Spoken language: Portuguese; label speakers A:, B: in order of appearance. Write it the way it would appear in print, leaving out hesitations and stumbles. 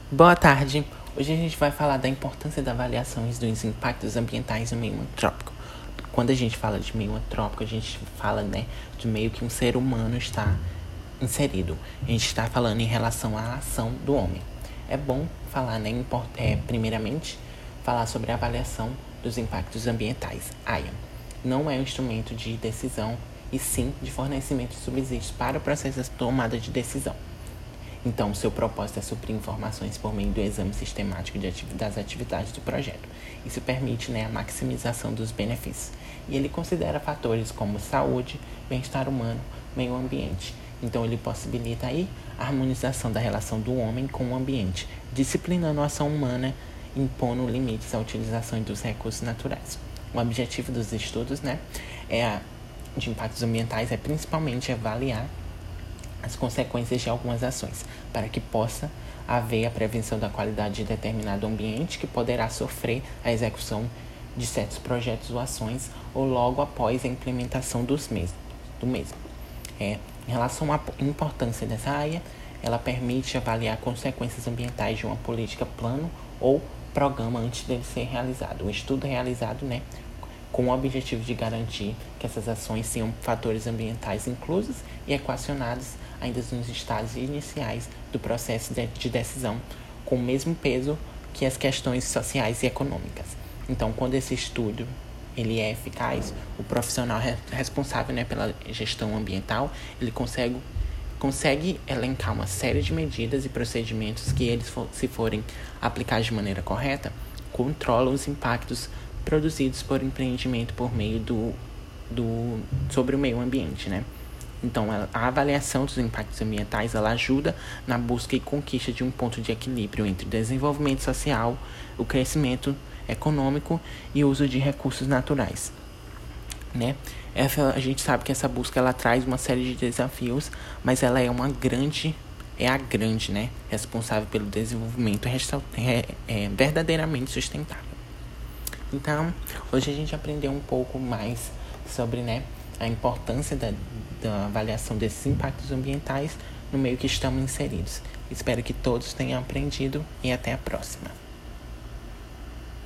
A: Boa tarde. Hoje a gente vai falar da importância da avaliação dos impactos ambientais no meio antrópico. Quando a gente fala de meio antrópico, a gente fala, de meio que um ser humano está inserido. A gente está falando em relação à ação do homem. É bom falar, primeiramente, falar sobre a avaliação dos impactos ambientais. AIA não é um instrumento de decisão, e sim de fornecimento de subsídios para o processo de tomada de decisão. Então, seu propósito é suprir informações por meio do exame sistemático das atividades do projeto. Isso permite a maximização dos benefícios. E ele considera fatores como saúde, bem-estar humano, meio ambiente. Então, ele possibilita aí a harmonização da relação do homem com o ambiente, disciplinando a ação humana, impondo limites à utilização dos recursos naturais. O objetivo dos estudos de impactos ambientais é principalmente avaliar as consequências de algumas ações, para que possa haver a prevenção da qualidade de determinado ambiente que poderá sofrer a execução de certos projetos ou ações ou logo após a implementação do mesmo. Em relação à importância dessa área, ela permite avaliar consequências ambientais de uma política, plano ou programa antes dele ser realizado. O estudo é realizado, com o objetivo de garantir que essas ações tenham fatores ambientais inclusos e equacionados ainda nos estágios iniciais do processo de decisão, com o mesmo peso que as questões sociais e econômicas. Então, quando esse estudo ele é eficaz, o profissional responsável pela gestão ambiental, ele consegue elencar uma série de medidas e procedimentos que eles, se forem aplicados de maneira correta, controlam os impactos produzidos por empreendimento por meio sobre o meio ambiente, Então, a avaliação dos impactos ambientais, ela ajuda na busca e conquista de um ponto de equilíbrio entre o desenvolvimento social, o crescimento econômico e o uso de recursos naturais, A gente sabe que essa busca, ela traz uma série de desafios, mas ela é a grande, responsável pelo desenvolvimento verdadeiramente sustentável. Então, hoje a gente aprendeu um pouco mais sobre, a importância da avaliação desses impactos ambientais no meio que estamos inseridos. Espero que todos tenham aprendido e até a próxima.